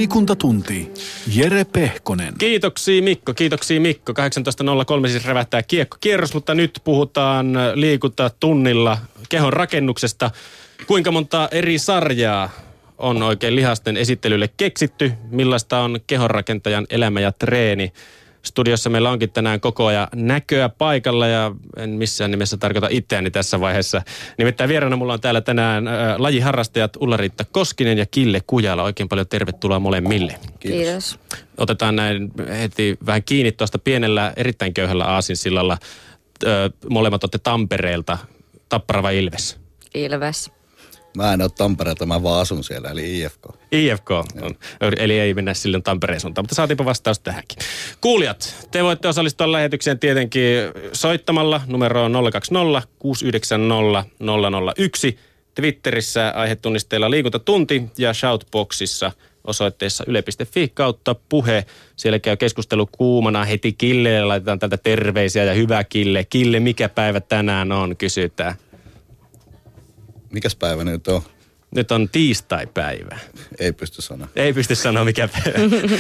Liikuntatunti. Jere Pehkonen. Kiitoksia Mikko. 18.03 siis rävähtää kiekkokierros, mutta nyt puhutaan liikuntatunnilla kehon rakennuksesta. Kuinka monta eri sarjaa on oikein lihasten esittelylle keksitty? Millaista on kehonrakentajan elämä ja treeni? Studiossa meillä onkin tänään koko ajan näköä paikalla ja en missään nimessä tarkoita itseäni tässä vaiheessa. Nimittäin vieraana mulla on täällä tänään lajiharrastajat Ulla-Riitta Koskinen ja Kille Kujala. Oikein paljon tervetuloa molemmille. Kiitos. Otetaan näin heti vähän kiinni tuosta pienellä erittäin köyhällä aasinsillalla. Molemmat olette Tampereelta. Tappara vai Ilves? Ilves. Mä en ole Tampereelta, mä vaan asun siellä, eli IFK. IFK on. Eli ei mennä silloin Tampereen suuntaan, mutta saatiinpa vastaus tähänkin. Kuulijat, te voitte osallistua lähetykseen tietenkin soittamalla numeroon 020 690 001. Twitterissä aihetunnisteella liikuntatunti ja shoutboxissa osoitteessa yle.fi/puhe. Siellä käy keskustelu kuumana heti Killelle. Laitetaan täältä terveisiä ja hyvä Kille. Kille, mikä päivä tänään on, kysytään. Mikäs päivä nyt on? Nyt on tiistai-päivä. Ei pysty sanoa. Ei pysty sanoa mikä päivä.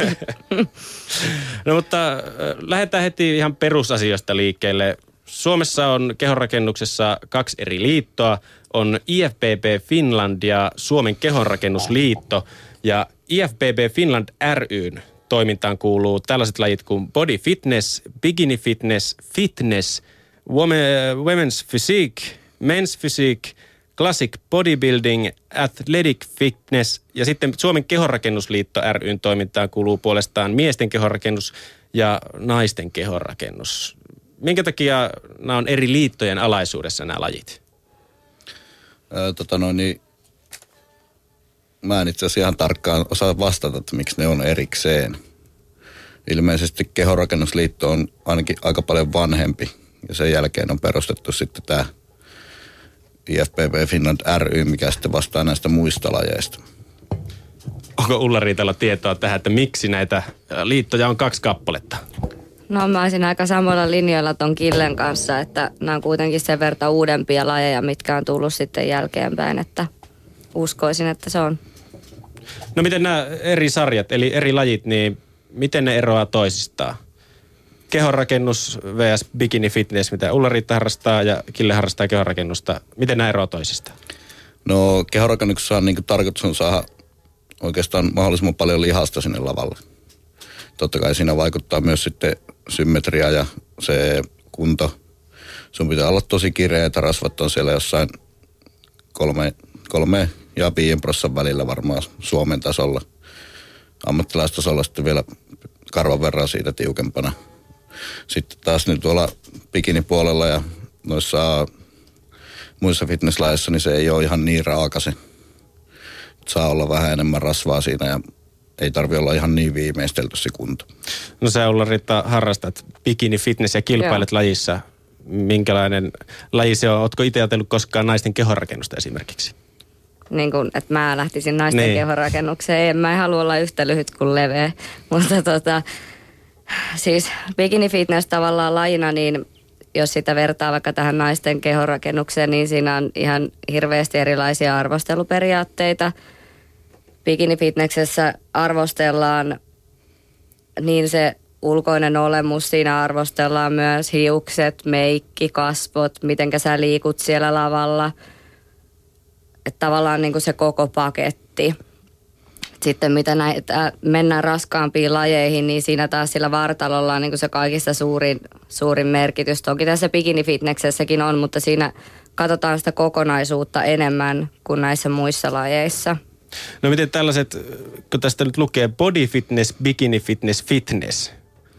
No mutta lähdetään heti ihan perusasioista liikkeelle. Suomessa on kehonrakennuksessa 2 eri liittoa. On IFBB Finland ja Suomen kehonrakennusliitto. Ja IFBB Finland ry:n toimintaan kuuluu tällaiset lajit kuin body fitness, bikini fitness, fitness, women's physique, men's physique, classic bodybuilding, athletic fitness ja sitten Suomen kehonrakennusliitto ry:n toimintaan kuuluu puolestaan miesten kehonrakennus ja naisten kehonrakennus. Minkä takia nämä on eri liittojen alaisuudessa nämä lajit? Mä en itse asiassa ihan tarkkaan osaa vastata, että miksi ne on erikseen. Ilmeisesti kehonrakennusliitto on ainakin aika paljon vanhempi ja sen jälkeen on perustettu sitten tämä IFBB Finland ry, mikä sitten vastaa näistä muista lajeista. Onko Ulla-Riitalla tietoa tähän, että miksi näitä liittoja on 2 kappaletta? No mä olisin aika samalla linjoilla ton Killen kanssa, että nämä on kuitenkin sen verran uudempia lajeja, mitkä on tullut sitten jälkeenpäin, että uskoisin, että se on. No miten nämä eri sarjat, eli eri lajit, niin miten ne eroaa toisistaan? Kehonrakennus vs. bikini fitness, mitä Ulla-Riitta harrastaa ja Kille harrastaa kehonrakennusta. Miten nämä eroaa toisistaan? No kehonrakennuksessa on tarkoitus on saada oikeastaan mahdollisimman paljon lihasta sinne lavalle. Totta kai siinä vaikuttaa myös sitten symmetria ja se kunto. Sun pitää olla tosi kireä, että rasvat on siellä jossain 3 ja 5% välillä varmaan Suomen tasolla. Ammattilaistasolla sitten vielä karvan verran siitä tiukempana. Sitten taas nyt tuolla bikinipuolella ja noissa muissa fitnesslajeissa, niin se ei ole ihan niin raaka se. Saa olla vähän enemmän rasvaa siinä ja ei tarvitse olla ihan niin viimeistelty se kunto. No sä Ulla-Riitta harrastat bikini fitness ja kilpailet lajissa. Minkälainen laji se on? Ootko itse ajatellut koskaan naisten kehonrakennusta esimerkiksi? Niin kuin, että mä lähtisin naisten kehonrakennukseen. Mä en halua olla yhtä lyhyt kuin leveä, mutta siis bikini fitness tavallaan lajina, niin jos sitä vertaa vaikka tähän naisten kehonrakennukseen, niin siinä on ihan hirveästi erilaisia arvosteluperiaatteita. Bikini fitnessessä arvostellaan niin se ulkoinen olemus, siinä arvostellaan myös hiukset, meikki, kasvot, mitenkä sä liikut siellä lavalla. Että tavallaan niin kuin se koko paketti. Sitten mitä näitä mennään raskaampiin lajeihin, niin siinä taas sillä vartalolla on niin kuin se kaikista suurin merkitys. Toki tässä bikini-fitnessessäkin on, mutta siinä katsotaan sitä kokonaisuutta enemmän kuin näissä muissa lajeissa. No miten tällaiset, kun tästä nyt lukee body fitness, bikini fitness, fitness.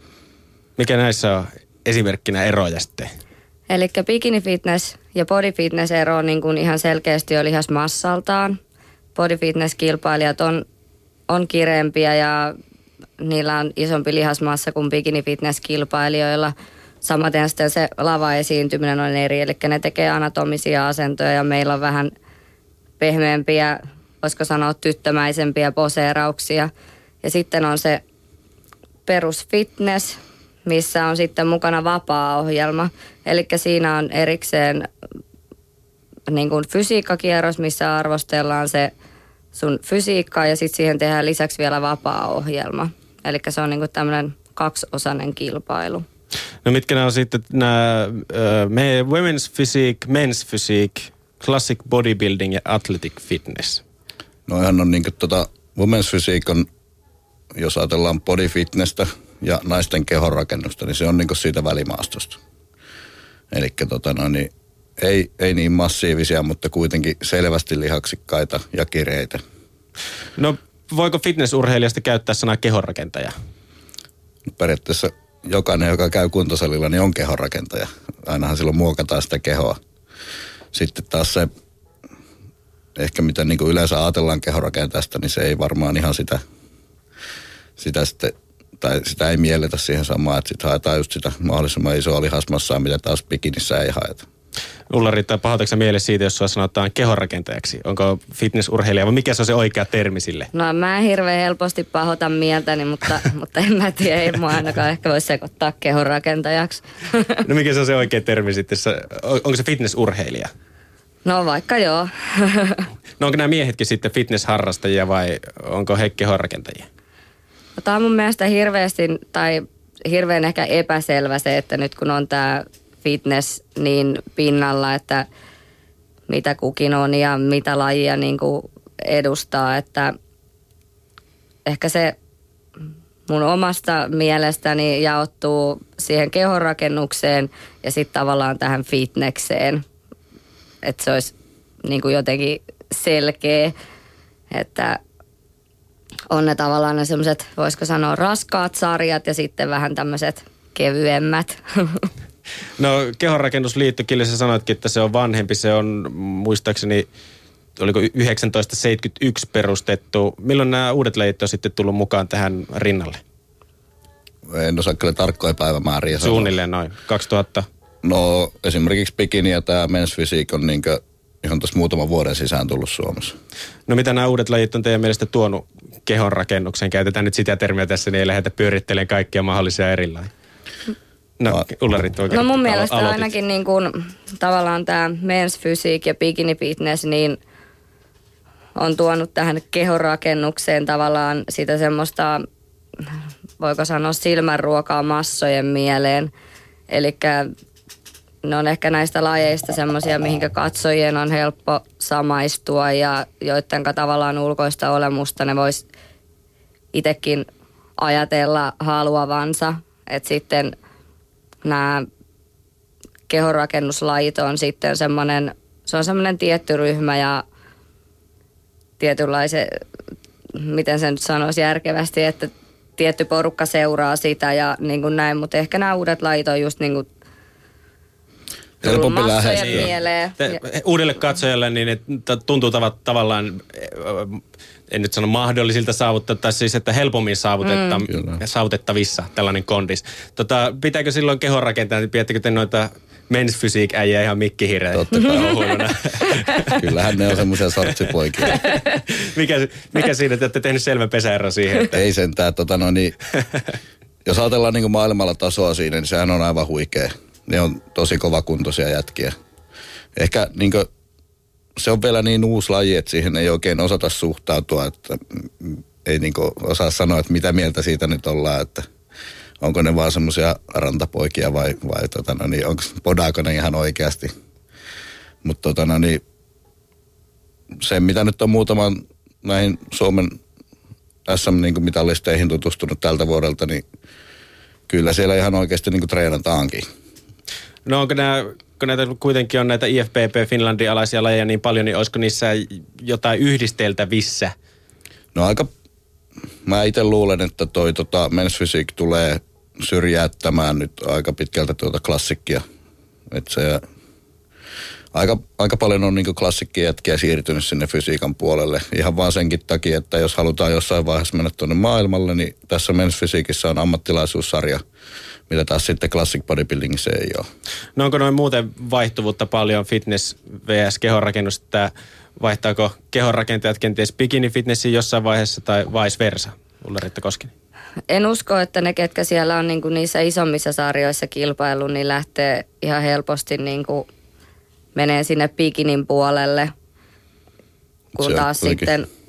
Mikä näissä on esimerkkinä eroja sitten? Eli bikini fitness ja body fitness ero on niin kuin ihan selkeästi jo lihasmassaltaan. Body fitness kilpailijat on kireempiä ja niillä on isompi lihasmassa kuin bikini fitness kilpailijoilla. Samaten sitten se lava-esiintyminen on eri, eli ne tekee anatomisia asentoja ja meillä on vähän pehmeämpiä, voisiko sanoa tyttömäisempiä poseerauksia. Ja sitten on se perusfitness, missä on sitten mukana vapaa-ohjelma. Eli siinä on erikseen niin kuin fysiikkakierros, missä arvostellaan se sun fysiikkaa ja sitten siihen tehdään lisäksi vielä vapaa-ohjelma. Eli se on niinku tämmöinen 2-osainen kilpailu. No mitkä nämä on sitten nämä women's physique, men's physique, classic bodybuilding ja athletic fitness? No ihan on niinku women's physique on, jos ajatellaan body fitnessä ja naisten kehonrakennusta, niin se on niinku siitä välimaastosta. Elikkä niin ei niin massiivisia, mutta kuitenkin selvästi lihaksikkaita ja kireitä. No voiko fitnessurheilijasta käyttää sanaa kehonrakentaja? Periaatteessa jokainen, joka käy kuntosalilla, niin on kehonrakentaja. Ainahan silloin muokataan sitä kehoa. Sitten taas se, ehkä mitä niin kuin yleensä ajatellaan kehonrakentajasta, niin se ei varmaan ihan sitä sitten, tai sitä ei mielletä siihen samaan, että sitten haetaan just sitä mahdollisimman isoa lihasmassaa, mitä taas bikinissä ei haeta. Ulla-Riitta, pahoitatko mielessä siitä, jos sua sanotaan kehonrakentajaksi? Onko fitnessurheilija vai mikä se on se oikea termi sille? No mä hirveän helposti pahoitan mieltäni, mutta en mä tiedä, ei mua ainakaan ehkä voi sekoittaa kehonrakentajaksi. No mikä se on se oikea termi sitten? Onko se fitnessurheilija? No vaikka joo. No onko nämä miehetkin sitten fitnessharrastajia vai onko he kehonrakentajia? No, tämä on mun mielestä hirveän ehkä epäselvä se, että nyt kun on tämä fitness niin pinnalla, että mitä kukin on ja mitä lajia niin kuin edustaa, että ehkä se mun omasta mielestäni jaottuu siihen kehonrakennukseen ja sitten tavallaan tähän fitnekseen, että se olisi niin kuin jotenkin selkeä, että on ne tavallaan ne semmoiset, voisiko sanoa, raskaat sarjat ja sitten vähän tämmöiset kevyemmät. No Kehonrakennusliitto, Kille, sä sanoitkin, että se on vanhempi. Se on muistaakseni, oliko 1971 perustettu. Milloin nämä uudet lajit on sitten tullut mukaan tähän rinnalle? En osaa kyllä tarkkoja päivämääriä sanoa. Suunnilleen noin, 2000? No esimerkiksi bikini ja tämä men's physique on ihan tuossa muutaman vuoden sisään tullut Suomessa. No mitä nämä uudet lajit on teidän mielestä tuonut kehonrakennukseen? Käytetään nyt sitä termiä tässä, niin ei lähdetä pyörittelemään kaikkia mahdollisia eri lajeja. No, Ulla-Riitta oikein. No mun mielestä ainakin niin kuin, tavallaan tämä men's physique ja bikini fitness niin on tuonut tähän kehonrakennukseen tavallaan sitä semmoista, voiko sanoa, silmänruokaa massojen mieleen. Elikkä ne on ehkä näistä lajeista semmoisia, mihinkä katsojien on helppo samaistua ja joidenka tavallaan ulkoista olemusta ne vois itsekin ajatella haluavansa. Että sitten nämä kehonrakennuslajit on sitten semmoinen, se on semmoinen tietty ryhmä ja tietynlaisen, miten sen nyt sanoisi järkevästi, että tietty porukka seuraa sitä ja niin kuin näin, mutta ehkä nämä uudet lajit on just niin kuin helpompi lähestyä. Uudelle katsojalle niin tuntuu tavallaan, en nyt sano mahdollisilta saavuttaa, tai siis että helpommin saavutettavissa tällainen kondis. Pitääkö silloin kehon rakentaa, niin pidättekö te noita men's physique-äijä ihan mikkihireä? Totta kai. Kyllähän ne on semmoisia sortsipoikia. Mikä siinä, että olette tehnyt selvän pesäero siihen? Ei sentään, jos ajatellaan niin kuin maailmalla tasoa siinä, niin sehän on aivan huikea. Ne on tosi kovakuntoisia jätkiä. Ehkä niin kuin, se on vielä niin uusi laji, että siihen ei oikein osata suhtautua, että ei niin kuin osaa sanoa, että mitä mieltä siitä nyt ollaan, että onko ne vaan semmoisia rantapoikia vai onko podaako ne ihan oikeasti. Mutta se, mitä nyt on muutaman näihin Suomen SM-mitallisteihin tutustunut tältä vuodelta, niin kyllä siellä ihan oikeasti niin kuin treenataankin. No onko kun näitä kuitenkin on näitä IFBB Finlandin alaisia lajeja niin paljon, niin olisiko niissä jotain yhdisteltävissä? No mä itse luulen, että toi men's physique tulee syrjäyttämään nyt aika pitkältä klassikkia. Että se aika paljon on niinku klassikkijätkiä siirtynyt sinne fysiikan puolelle. Ihan vaan senkin takia, että jos halutaan jossain vaiheessa mennä tuonne maailmalle, niin tässä men's physiqueissä on ammattilaisuussarja, mitä taas sitten classic bodybuildingissa ei ole. No onko noin muuten vaihtuvuutta paljon fitness vs. kehonrakennus, että vaihtaako kehonrakentajat kenties bikini-fitnessiin jossain vaiheessa tai vice versa? Ulla-Riitta Koskinen. En usko, että ne, ketkä siellä on niinku niissä isommissa sarjoissa kilpailu, niin lähtee ihan helposti niinku menee sinne bikinin puolelle, kun taas sitten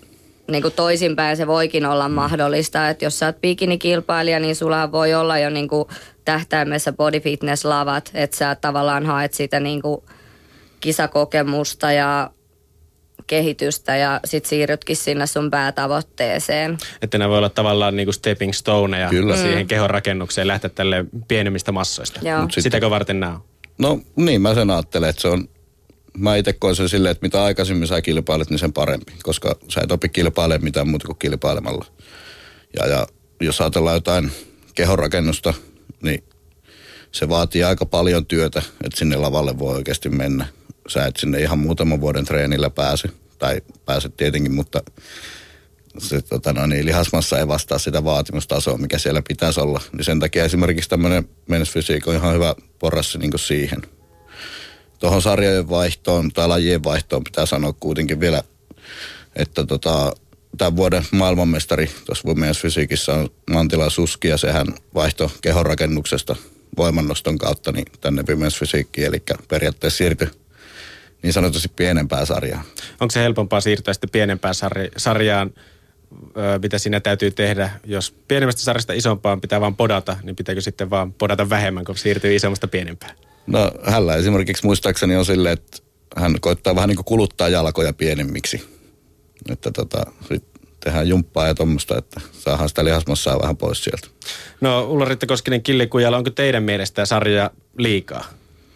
niin kuin toisinpäin se voikin olla mahdollista, että jos sä oot bikinikilpailija, niin sulla voi olla jo niin kuin tähtäimessä body fitness lavat, että sä tavallaan haet sitä niin kuin kisakokemusta ja kehitystä ja sit siirrytkin sinne sun päätavoitteeseen. Että nämä voi olla tavallaan niinku stepping stoneja siihen kehon rakennukseen, lähteä tälle pienemmistä massoista. Sitäkö varten nämä on? No niin, mä sen ajattelen, että se on, mä itse koen sen silleen, että mitä aikaisemmin sä kilpailet, niin sen parempi, koska sä et opi kilpailemaan mitään muuta kuin kilpailemalla. Ja jos ajatellaan jotain kehonrakennusta, niin se vaatii aika paljon työtä, että sinne lavalle voi oikeasti mennä. Sä et sinne ihan muutaman vuoden treenillä pääse, tai pääset tietenkin, mutta se lihasmassa ei vastaa sitä vaatimustasoa, mikä siellä pitäisi olla. Niin sen takia esimerkiksi tämmöinen mennesfysiikka on ihan hyvä porrassi niin kuin siihen. Tuohon sarjojen vaihtoon tai lajien vaihtoon pitää sanoa kuitenkin vielä, että tämän vuoden maailmanmestari tuossa Women's Fysiikissä on Mantila Suski, ja sehän vaihtoi kehonrakennuksesta voimannoston kautta niin tänne Women's Fysiikkiin, eli periaatteessa siirtyi niin sanotusti pienempään sarjaan. Onko se helpompaa siirtyä sitten pienempään sarjaan, mitä siinä täytyy tehdä? Jos pienemmästä sarjasta isompaan pitää vaan podata, niin pitääkö sitten vaan podata vähemmän, kun siirtyy isommasta pienempään? No hänellä esimerkiksi muistaakseni on silleen, että hän koittaa vähän niin kuin kuluttaa jalkoja pienemmiksi. Että tehdään jumppaa ja tuommoista, että saadaan sitä lihasmassaa vähän pois sieltä. No Ulla-Riitta Koskinen Killikujalla, onko teidän mielestä sarja liikaa?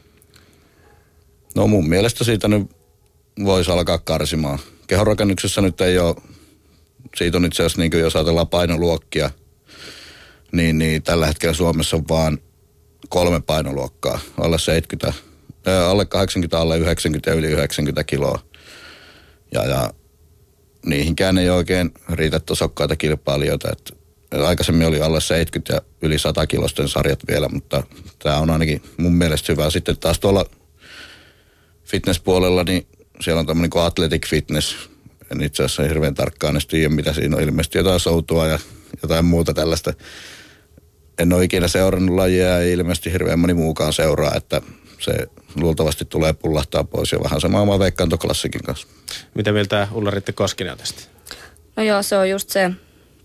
No mun mielestä siitä nyt voisi alkaa karsimaan. Kehonrakennuksessa nyt ei ole, siitä on itse asiassa niin kuin jos ajatellaan painoluokkia, niin tällä hetkellä Suomessa on vaan 3 painoluokkaa. Alle 80, alle 90 ja yli 90 kiloa. Ja niihinkään ei oikein riitä tosokkaita kilpailijoita. Että aikaisemmin oli alle 70 ja yli 100 kilosten sarjat vielä, mutta tämä on ainakin mun mielestä hyvä. Sitten taas tuolla fitnesspuolella, niin siellä on tämmöinen kuin athletic fitness. En itse asiassa hirveän tarkkaan edes tiedä, mitä siinä on. Ilmeisesti jotain soutua ja jotain muuta tällaista. En ole ikinä seurannut lajia ja ilmeisesti hirveän moni muukaan seuraa, että se luultavasti tulee pullahtaa pois ja vähän samaa mä veikkaan tuon klassikin kanssa. Mitä mieltä Ulla-Riitta Koskinen on tästä? No joo, se on just se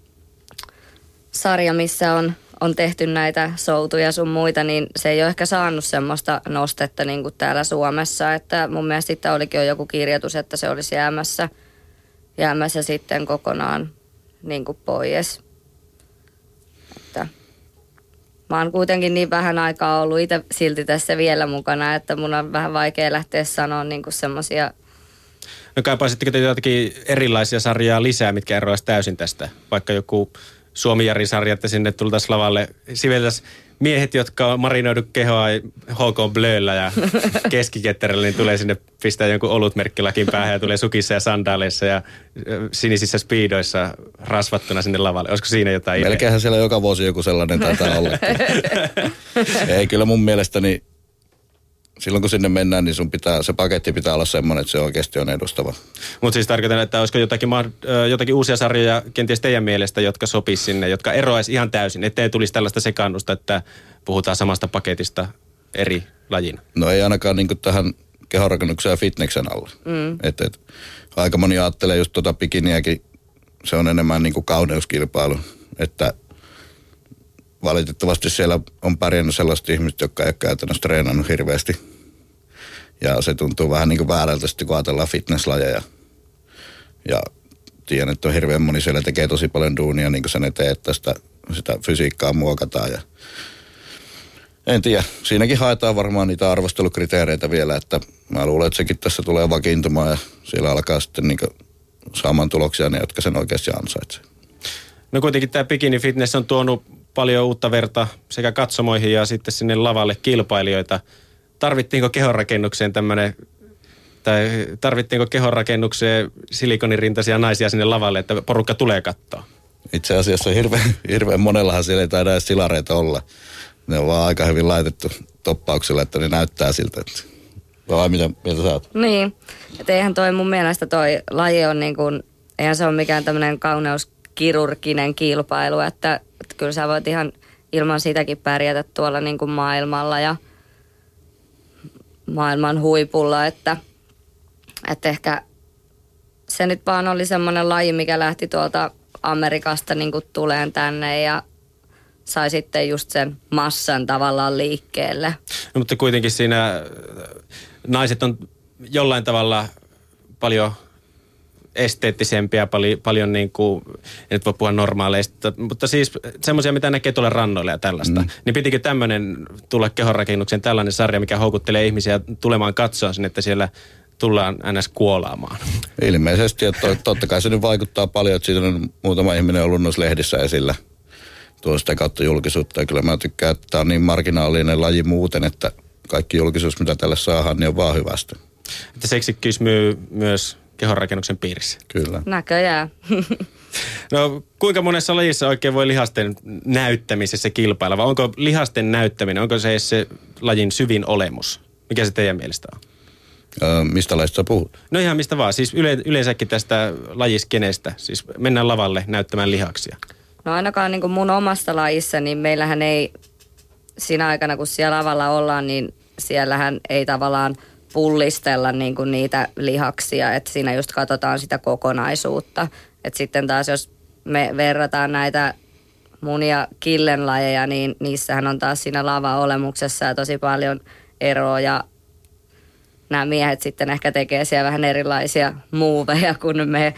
sarja, missä on tehty näitä soutuja sun muita, niin se ei ole ehkä saanut semmoista nostetta niin kuin täällä Suomessa, että mun mielestä sitten olikin jo joku kirjoitus, että se olisi jäämässä sitten kokonaan niin kuin pois. Että mä oon kuitenkin niin vähän aikaa ollut itse silti tässä vielä mukana, että mun on vähän vaikea lähteä sanoa niin kuin semmoisia. No kaipaisitteko te jotakin erilaisia sarjaa lisää, mitkä eroaisi täysin tästä? Vaikka joku Suomi-Jari-sarja, että sinne tultaisiin lavalle, siveltäisiin miehet, jotka on marinoidu kehoa HK Blöllä ja keskiketterällä, niin tulee sinne pistää jonkun olutmerkkilakin päähän ja tulee sukissa ja sandaaleissa ja sinisissä speedoissa rasvattuna sinne lavalle. Olisiko siinä jotain ideaa? Melkeinhän siellä joka vuosi joku sellainen taitaa olla. Ei, kyllä mun mielestäni silloin kun sinne mennään, niin se paketti pitää olla semmoinen, että se oikeasti on edustava. Mutta siis tarkoitan, että olisiko jotakin uusia sarjoja kenties teidän mielestä, jotka sopisi sinne, jotka eroaisi ihan täysin, ettei tulisi tällaista sekaannusta, että puhutaan samasta paketista eri lajina? No ei ainakaan niin kuin tähän kehonrakennuksen ja fitneksen alle. Et, aika moni ajattelee just bikiniäkin, se on enemmän niin kuin kauneuskilpailu, että valitettavasti siellä on pärjännyt sellaiset ihmiset, jotka ei ole käytännössä treenannut hirveästi. Ja se tuntuu vähän niin kuin väärältä sitten, kun ajatellaan fitnesslajeja. Ja tiedän, että on hirveän moni siellä tekee tosi paljon duunia niin kuin sen eteen, että sitä fysiikkaa muokataan. Ja en tiedä, siinäkin haetaan varmaan niitä arvostelukriteereitä vielä, että mä luulen, että sekin tässä tulee vakiintumaan ja siellä alkaa sitten niin kuin saamaan tuloksia ne, jotka sen oikeasti ansaitsee. No kuitenkin tämä bikini fitness on tuonut paljon uutta verta sekä katsomoihin ja sitten sinne lavalle kilpailijoita. Tarvittiinko kehonrakennukseen silikonirintaisia naisia sinne lavalle, että porukka tulee katsoa? Itse asiassa hirveän monellahan siellä ei taida edes silareita olla. Ne on vaan aika hyvin laitettu toppauksella, että ne näyttää siltä. Vai mitä mieltä sä oot? Niin, että eihän toi mun mielestä toi laji on niin kuin, eihän se ole mikään tämmöinen kauneuskirurginen kilpailu, että kyllä sä voit ihan ilman sitäkin pärjätä tuolla niin kuin maailmalla ja maailman huipulla, että ehkä se nyt vaan oli semmoinen laji, mikä lähti tuolta Amerikasta niin kuin tuleen tänne ja sai sitten just sen massan tavallaan liikkeelle. No, mutta kuitenkin siinä naiset on jollain tavalla paljon esteettisempiä, paljon niin kuin, en nyt voi puhua normaaleista, mutta siis semmoisia, mitä näkee tuolla rannoilla ja tällaista. Niin pitikö tämmöinen tulla kehonrakennuksen tällainen sarja, mikä houkuttelee ihmisiä tulemaan katsoa sen, että siellä tullaan ns. Kuolaamaan? Ilmeisesti, että totta kai se nyt vaikuttaa paljon, että siitä on muutama ihminen ollut noissa lehdissä esillä. Tuo sitä kautta julkisuutta. Ja kyllä mä tykkään, että tämä on niin marginaalinen laji muuten, että kaikki julkisuus, mitä tälle saadaan, niin on vaan hyvästä. Että seksikkyys myy myös kehonrakennuksen piirissä. Kyllä. Näköjään. No kuinka monessa lajissa oikein voi lihasten näyttämisessä kilpailla? Vai onko lihasten näyttäminen, onko se lajin syvin olemus? Mikä se teidän mielestä on? Mistä lajista sä puhut? No ihan mistä vaan. Siis yleensäkin tästä lajiskenestä. Siis mennään lavalle näyttämään lihaksia. No ainakaan niin kuin mun omasta lajissa, niin meillähän ei siinä aikana, kun siellä lavalla ollaan, niin siellähän ei tavallaan pullistella niin kuin niitä lihaksia, että siinä just katsotaan sitä kokonaisuutta. Että sitten taas jos me verrataan näitä mun ja Killen lajeja, niin niissähän on taas siinä lava-olemuksessa ja tosi paljon eroa ja nämä miehet sitten ehkä tekee siellä vähän erilaisia muuveja kuin me.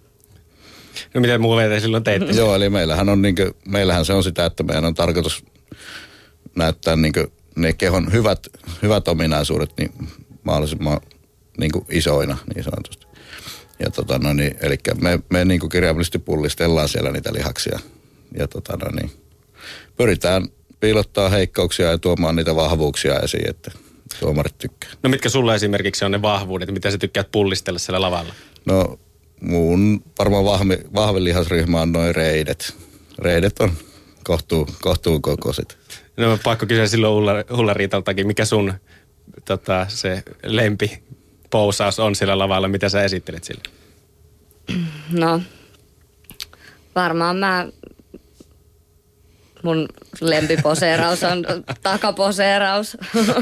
No mitä muuveja te silloin teitte? Joo, eli meillähän se on sitä, että meidän on tarkoitus näyttää ne kehon hyvät ominaisuudet niin mahdollisimman isoina niin sanotusti. Ja eli me kirjaimellisesti pullistellaan siellä niitä lihaksia. Ja pyritään piilottaa heikkouksia ja tuomaan niitä vahvuuksia esiin, että tuomarit tykkää. No mitkä sulla esimerkiksi on ne vahvuudet, mitä sä tykkäät pullistella siellä lavalla? No mun varmaan vahvin lihasryhmä on noin reidet. Reidet on kohtuu kokoiset. No pakko kysyä silloin Ulla-Riitaltakin, mikä sun se lempipousaus on siellä lavalla, mitä sä esittelet sille? No varmaan mun lempiposeeraus on takaposeeraus.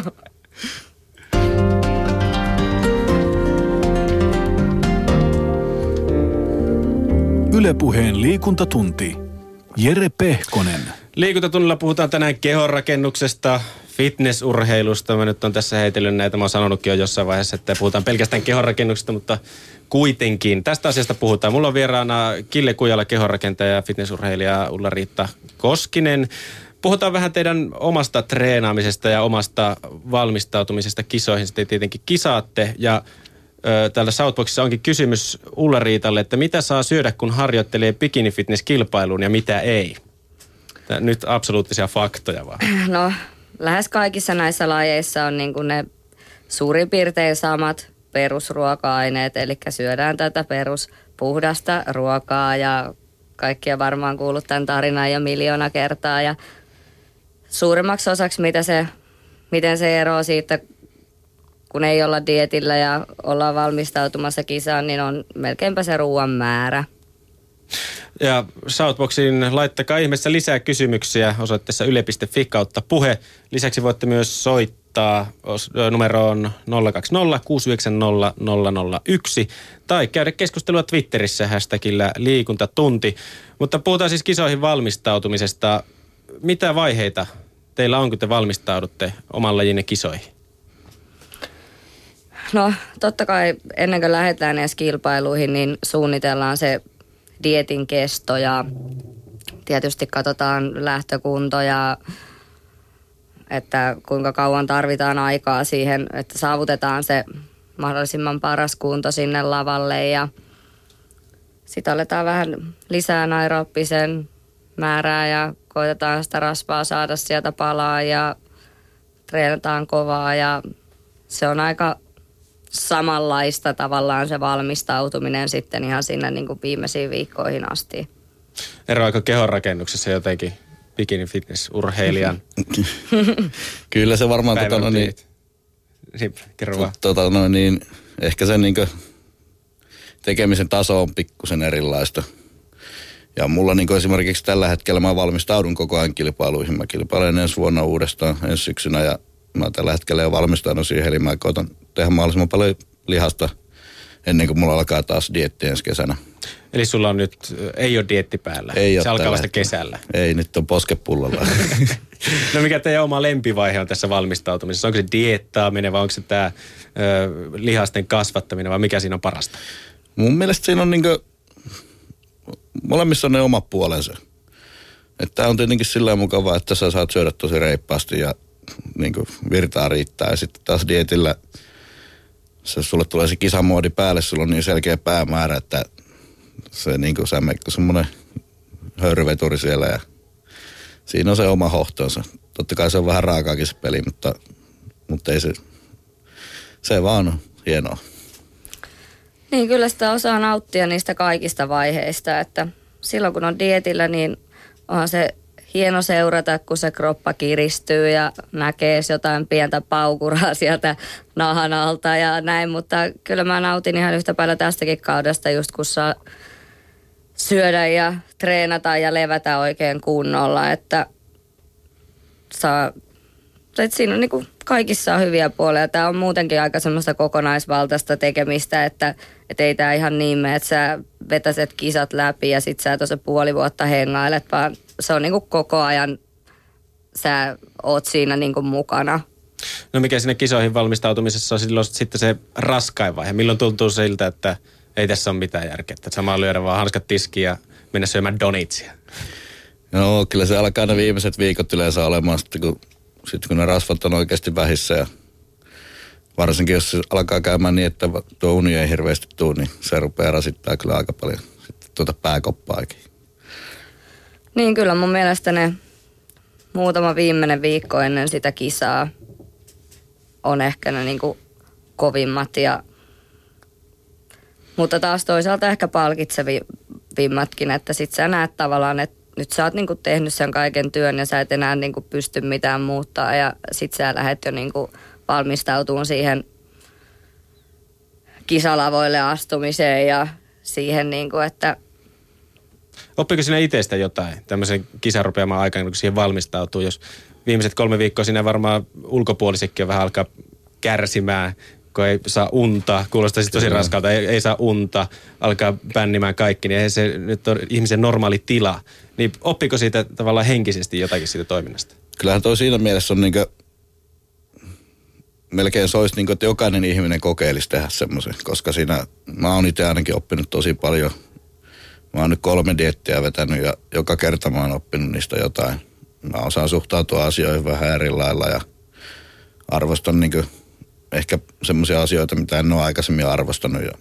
Yle Puheen liikuntatunti. Jere Pehkonen. Liikuntatunnilla puhutaan tänään kehonrakennuksesta, fitnessurheilusta. Mä nyt on tässä heitellyt näitä, mä oon sanonutkin jo jossain vaiheessa, että puhutaan pelkästään kehonrakennuksesta, mutta kuitenkin. Tästä asiasta puhutaan. Mulla on vieraana Kille Kujala, kehonrakentaja ja fitnessurheilija Ulla-Riitta Koskinen. Puhutaan vähän teidän omasta treenaamisesta ja omasta valmistautumisesta kisoihin. Sitten tietenkin kisaatte ja täällä Southboxissa onkin kysymys Ulla-Riitalle, että mitä saa syödä, kun harjoittelee bikini-fitness-kilpailuun ja mitä ei? Nyt absoluuttisia faktoja vaan. No, lähes kaikissa näissä lajeissa on niin kuin ne suurin piirtein samat perusruoka-aineet, eli syödään tätä peruspuhdasta ruokaa ja kaikkia varmaan kuullut tämän tarinan jo miljoona kertaa. Ja suurimmaksi osaksi, miten se eroaa siitä, kun ei olla dietillä ja ollaan valmistautumassa kisaan, niin on melkeinpä se ruoan määrä. Ja Southboxiin laittakaa ihmeessä lisää kysymyksiä osoitteessa yle.fi/puhe. Lisäksi voitte myös soittaa numeroon 020 690 001 tai käydä keskustelua Twitterissä hashtagillä liikuntatunti. Mutta puhutaan siis kisoihin valmistautumisesta. Mitä vaiheita teillä on, kun te valmistaudutte oman lajinne kisoihin? No totta kai ennen kuin lähdetään edes kilpailuihin, niin suunnitellaan se dieetin kesto ja tietysti katsotaan lähtökunto ja että kuinka kauan tarvitaan aikaa siihen, että saavutetaan se mahdollisimman paras kunto sinne lavalle ja sitten aletaan vähän lisää aerobisen määrää ja koitetaan sitä rasvaa saada sieltä palaa ja treenataan kovaa ja se on aika samanlaista tavallaan se valmistautuminen sitten ihan sinne niin kuin viimeisiin viikkoihin asti. Eroako kehonrakennuksessa jotenkin bikini-fitness-urheilijan? Kyllä se varmaan ehkä sen tekemisen taso on pikkusen erilaista. Ja mulla esimerkiksi tällä hetkellä mä valmistaudun koko ajan kilpailuihin. Mä kilpailen ensi vuonna uudestaan ensi syksynä ja mä tällä hetkellä jo valmistaudun siihen, eli mä koitan tehdä mahdollisimman paljon lihasta ennen kuin mulla alkaa taas dieetti ensi kesänä. Eli sulla on nyt, ei ole dieetti päällä. Ei se alkaa vasta kesällä. Ei, nyt on poskepullolla. No mikä teidän oma lempivaihe on tässä valmistautumisessa? Onko se dieettaaminen vai onko se tämä lihasten kasvattaminen vai mikä siinä on parasta? Mun mielestä siinä on niinku, molemmissa on ne omat puolensa. Että on tietenkin sillä mukavaa, että sä saat syödä tosi reippaasti ja niinku virtaa riittää. Ja sitten taas dietillä, sulle tulee se kisamoodi päälle, sulla on niin selkeä päämäärä, että se niinku sä meikko semmonen höyryveturi siellä ja siinä on se oma hohtonsa. Totta kai se on vähän raakaakin se peli, mutta ei se vaan on hienoa. Niin, kyllä sitä osaa nauttia niistä kaikista vaiheista, että silloin kun on dietillä, niin onhan se hieno seurata, kun se kroppa kiristyy ja näkee jotain pientä paukuraa sieltä nahan alta ja näin, mutta kyllä mä nautin ihan yhtä paljon tästäkin kaudesta, just kun saa syödä ja treenata ja levätä oikein kunnolla, että siinä on niinku kaikissa on hyviä puolia. Tämä on muutenkin aika semmoista kokonaisvaltaista tekemistä, että ei tämä ihan niin mene, että sä vetäset kisat läpi ja sit sä tuossa puoli vuotta hengailet, vaan se on niinku koko ajan sä oot siinä niinku mukana. No mikä sinne kisoihin valmistautumisessa on silloin sitten se raskain vaihe? Milloin tuntuu siltä, että ei tässä ole mitään järkeä, että samaan lyödä vaan hanskat tiskiin ja mennä syömään donitsia? No kyllä se alkaa ne viimeiset viikot yleensä olemaan sitten kun ne rasvat on oikeasti vähissä ja varsinkin jos se alkaa käymään niin, että tuo uni ei hirveästi tule, niin se rupeaa rasittaa kyllä aika paljon sitten tuota pääkoppaakin. Niin kyllä mun mielestä ne muutama viimeinen viikko ennen sitä kisaa on ehkä ne niinku kovimmat mutta taas toisaalta ehkä palkitsevimmatkin, että sit sä näet tavallaan, että nyt sä oot niinku tehnyt sen kaiken työn ja sä et enää niinku pysty mitään muuttaa ja sit sä lähdet jo niinku valmistautumaan siihen kisalavoille astumiseen ja siihen niinku, että... Oppiko sinä itsestä jotain tämmöisen kisarupeaman aikana, kun siihen valmistautuu? Jos viimeiset 3 viikkoa sinä varmaan ulkopuolisekin jo vähän alkaa kärsimään, kun ei saa unta, kuulostaisi tosi raskalta, ei saa unta, alkaa bännimään kaikki, niin eihän se nyt on ihmisen normaali tila. Niin oppiko siitä tavallaan henkisesti jotakin siitä toiminnasta? Kyllähän toi siinä mielessä on niinkö, melkein se olisi niinkö, että jokainen ihminen kokeilisi tehdä semmoisen, koska siinä, mä oon itse ainakin oppinut tosi paljon. Mä oon nyt 3 diettiä vetänyt ja joka kerta mä oon oppinut niistä jotain. Mä osaan suhtautua asioihin vähän eri lailla ja arvostan niinkö ehkä semmoisia asioita, mitä en ole aikaisemmin arvostanut ja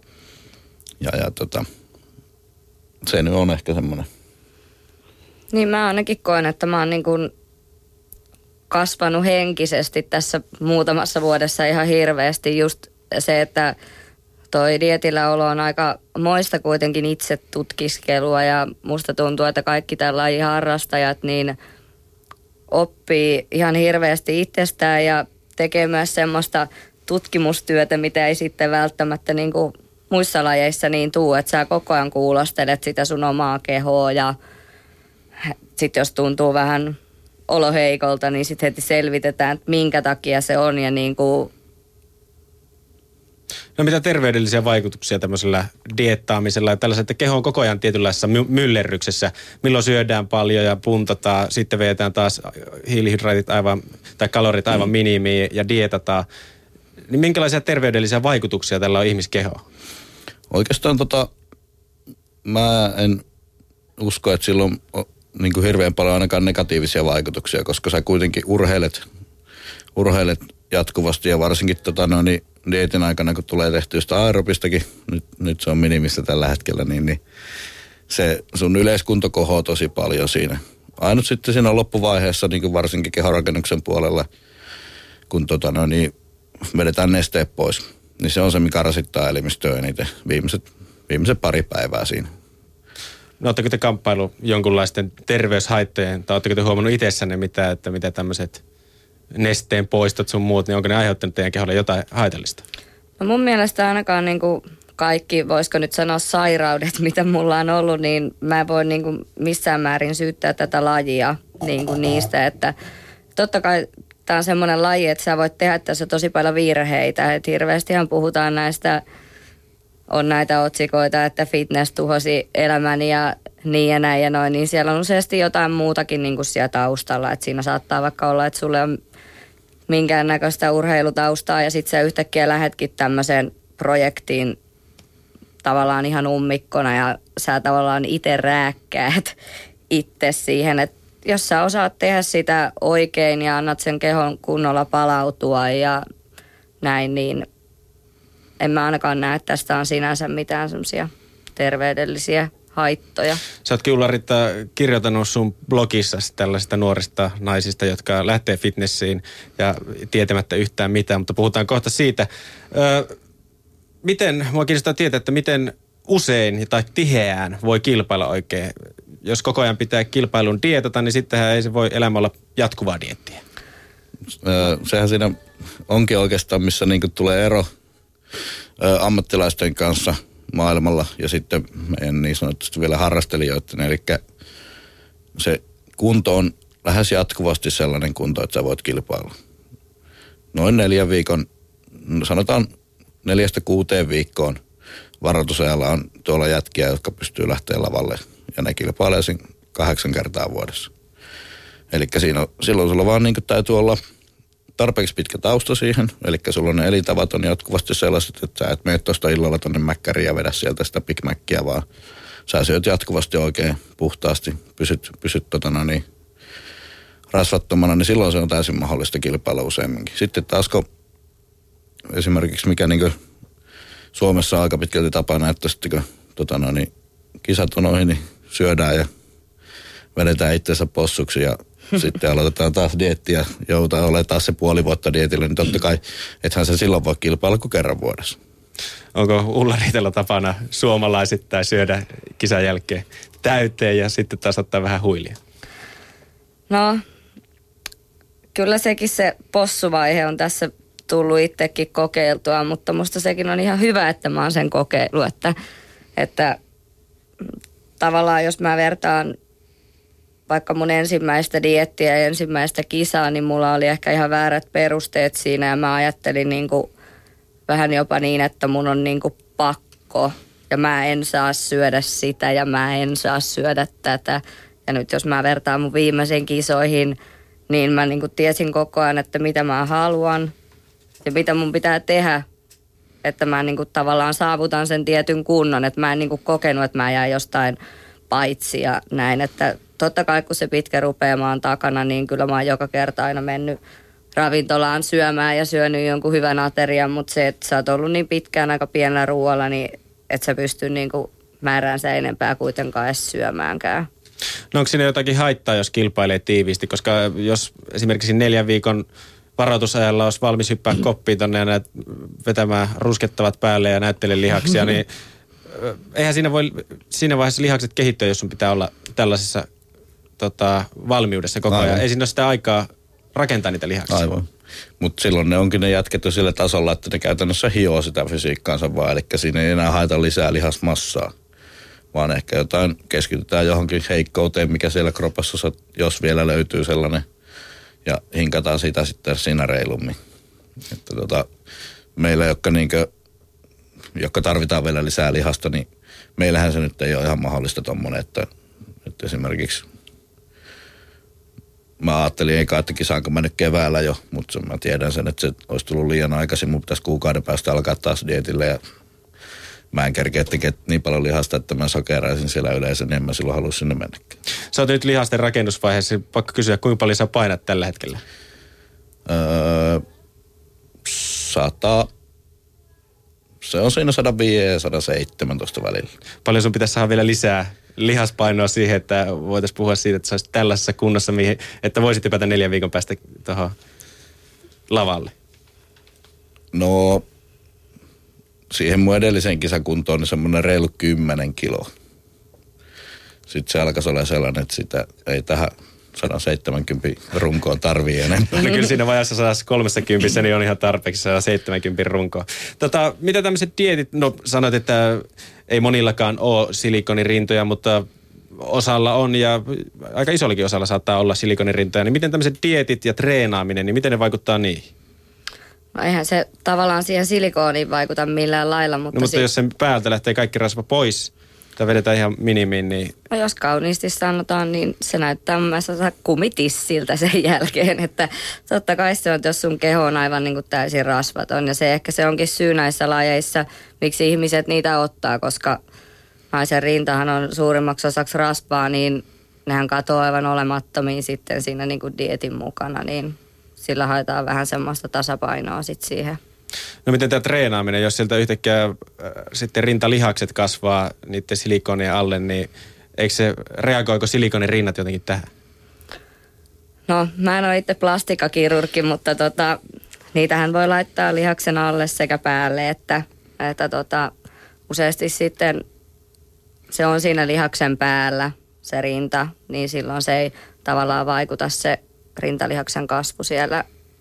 se nyt on ehkä semmoinen. Niin mä ainakin koen, että mä oon niin kuin kasvanut henkisesti tässä muutamassa vuodessa ihan hirveästi. Just se, että toi dietillä olo on aika moista kuitenkin itse tutkiskelua ja musta tuntuu, että kaikki tämän lajin harrastajat niin oppii ihan hirveästi itsestään ja tekee myös semmoista tutkimustyötä, mitä ei sitten välttämättä niin kuin muissa lajeissa niin tuu, että sä koko ajan kuulostelet sitä sun omaa kehoa ja sitten jos tuntuu vähän oloheikolta, niin sitten heti selvitetään, että minkä takia se on ja niin kuin... No mitä terveydellisiä vaikutuksia tämmöisellä dieettaamisella ja tällaisella, että keho on koko ajan tietynlaisessa myllerryksessä, milloin syödään paljon ja puntataan, sitten vedetään taas hiilihydraatit tai kalorit aivan minimiin ja dietataan. Niin minkälaisia terveydellisiä vaikutuksia tällä on ihmiskehoon? Oikeastaan mä en usko, että sillä on niin kuin hirveän paljon ainakaan negatiivisia vaikutuksia, koska sä kuitenkin urheilet jatkuvasti ja varsinkin dieetin aikana, kun tulee tehtyä sitä aerobistakin, nyt se on minimissä tällä hetkellä, niin se sun yleiskunto kohoo tosi paljon siinä. Ainut sitten siinä loppuvaiheessa, niin kuin varsinkin kehonrakennuksen puolella, kun vedetään nesteet pois, niin se on se, mikä rasittaa elimistöä eniten viimeiset pari päivää siinä. No ootteko te kamppailu jonkunlaisten terveyshaittojen, tai ootteko te huomannut itsessänne mitä tämmöiset nesteen poistot sun muut, niin onko ne aiheuttanut teidän keholle jotain haitallista? No mun mielestä ainakaan niin kuin kaikki, voisiko nyt sanoa sairaudet, mitä mulla on ollut, niin mä en voi niin kuin missään määrin syyttää tätä lajia niin kuin niistä, että totta kai tämä on semmoinen laji, että sä voit tehdä tässä tosi paljon virheitä, että hirveästihan puhutaan näistä on näitä otsikoita, että fitness tuhosi elämäni ja niin ja näin ja noin, niin siellä on useasti jotain muutakin niin kuin siellä taustalla. Että siinä saattaa vaikka olla, että sulle on minkäännäköistä urheilutaustaa ja sitten sä yhtäkkiä lähetkin tämmöiseen projektiin tavallaan ihan ummikkona ja sä tavallaan itse rääkkäät itse siihen, että jos sä osaat tehdä sitä oikein ja annat sen kehon kunnolla palautua ja näin, niin en mä ainakaan näe, että tästä on sinänsä mitään semmoisia terveydellisiä haittoja. Sä ootkin Ulla-Riitta kirjoitanut sun blogissa tällaisista nuorista naisista, jotka lähtee fitnessiin ja tietämättä yhtään mitään, mutta puhutaan kohta siitä. Mua kiinnostaa tietää, että miten usein tai tiheään voi kilpailla oikein. Jos koko ajan pitää kilpailun dietata, niin sittenhän ei se voi elämä olla jatkuvaa diettiä. Sehän siinä onkin oikeastaan, missä niinku tulee ero ammattilaisten kanssa maailmalla ja sitten meidän niin sanotusti vielä harrastelijoiden. Eli se kunto on lähes jatkuvasti sellainen kunto, että sä voit kilpailla. Noin 4 viikon, sanotaan 4-6 viikkoon varoitusajalla on tuolla jätkiä, jotka pystyy lähteä lavalle ja ne kilpailee sen 8 kertaa vuodessa. Eli silloin sulla vaan niin täytyy olla tarpeeksi pitkä tausta siihen, eli sulla on ne elintavat on jatkuvasti sellaiset, että sä et mene tuosta illalla tonne mäkkäriin ja vedä sieltä sitä Big Mackia, vaan sä syöt jatkuvasti oikein puhtaasti, pysyt rasvattomana, niin silloin se on täysin mahdollista kilpailla useamminkin. Sitten taas kun esimerkiksi mikä niin Suomessa on aika pitkälti tapana, että sitten kun kisat on ohi, niin syödään ja vedetään itsensä possuksi ja sitten aloitetaan taas dieettiä, joutaa olemaan taas se puoli vuotta dietillä, niin totta kai ethän se silloin voi kilpailla kuin kerran vuodessa. Onko Ulla-Riitalla tapana suomalaisittain syödä kisan jälkeen täyteen ja sitten taas ottaa vähän huilia? No, kyllä sekin se possuvaihe on tässä tullut itsekin kokeiltua, mutta musta sekin on ihan hyvä, että mä oon sen kokeillut, että tavallaan jos mä vertaan vaikka mun ensimmäistä diettiä ja ensimmäistä kisaa, niin mulla oli ehkä ihan väärät perusteet siinä ja mä ajattelin niinku vähän jopa niin, että mun on niinku pakko ja mä en saa syödä sitä ja mä en saa syödä tätä. Ja nyt jos mä vertaan mun viimeisiin kisoihin, niin mä niinku tiesin koko ajan, että mitä mä haluan ja mitä mun pitää tehdä, että mä niinku tavallaan saavutan sen tietyn kunnon, että mä en niinku kokenut, että mä jään jostain paitsi ja näin, että totta kai kun se pitkä rupeamaan takana, niin kyllä mä oon joka kerta aina mennyt ravintolaan syömään ja syönyt jonkun hyvän aterian, mutta se, että sä oot ollut niin pitkään aika pienellä ruoalla, niin et sä pysty niinku määräänsä enempää kuitenkaan edes syömäänkään. No onko siinä jotakin haittaa, jos kilpailee tiiviisti, koska jos esimerkiksi 4 viikon varoitusajalla olisi valmis hyppää koppiin tonne ja vetämään ruskettavat päälle ja näyttele lihaksia, niin eihän siinä vaiheessa lihakset kehittyä, jos sun pitää olla tällaisessa valmiudessa koko ajan. Ei siinä ole sitä aikaa rakentaa niitä lihaksia. Aivan. Mutta silloin ne onkin ne jätket jo sillä tasolla, että ne käytännössä hioo sitä fysiikkaansa vaan. Eli siinä ei enää haeta lisää lihasmassaa, vaan ehkä jotain keskitytään johonkin heikkouteen, mikä siellä kropassa, jos vielä löytyy sellainen, ja hinkataan sitä sitten siinä reilummin. Että meillä, jotka tarvitaan vielä lisää lihasta, niin meillähän se nyt ei ole ihan mahdollista tommonen, että esimerkiksi mä ajattelin että kisaanko mä nyt keväällä jo, mutta mä tiedän sen, että se olisi tullut liian aikaisin. Mun pitäisi kuukauden päästä alkaa taas dietille ja mä en kerkeä tekemään niin paljon lihasta, että mä sokeraisin siellä yleensä, niin en mä silloin halua sinne mennäkään. Sä oot nyt lihasten rakennusvaiheessa, pakko kysyä, kuinka paljon sä painat tällä hetkellä? 100. Se on siinä 105 ja 117 välillä. Paljon sun pitäisi saada vielä lisää lihaspainoa siihen, että voitaisiin puhua siitä, että sä olisit tällaisessa kunnossa, että voisit hypätä 4 viikon päästä tuohon lavalle? No, siihen mun edellisen kisakuntoon niin semmoinen reilu 10 kiloa. Sitten se alkaisi olla sellainen, että sitä ei tähän 170 runkoon tarvii enempää. No kyllä siinä vajassa 130 niin on ihan tarpeeksi 170 runkoa. Mitä tämmöiset dieetit, no sanoit, että ei monillakaan ole silikonirintoja, mutta osalla on ja aika isollekin osalla saattaa olla silikonirintoja. Niin miten tämmöiset dieetit ja treenaaminen, niin miten ne vaikuttaa niihin? No eihän se tavallaan siihen silikooniin vaikuta millään lailla, mutta... No mutta jos sen päältä lähtee kaikki rasva pois, tai vedetään ihan minimiin, niin... No jos kauniisti sanotaan, niin se näyttää mun mielestä kumitissiltä sen jälkeen, että totta kai se on, jos sun keho on aivan niin kuin täysin rasvaton, ja se ehkä se onkin syy näissä lajeissa, miksi ihmiset niitä ottaa, koska naisen rintahan on suurimmaksi osaksi rasvaa, niin nehän katoaa aivan olemattomiin sitten siinä niin kuin dieetin mukana, niin sillä haetaan vähän semmoista tasapainoa sitten siihen. No miten tämä treenaaminen, jos sieltä yhtäkkiä sitten rintalihakset kasvaa niiden silikonien alle, niin reagoiko silikonin rinnat jotenkin tähän? No mä en ole itse plastikkakirurgi, mutta niitähän voi laittaa lihaksen alle sekä päälle, että useasti sitten se on siinä lihaksen päällä se rinta, niin silloin se ei tavallaan vaikuta se rintalihaksen kasvu siellä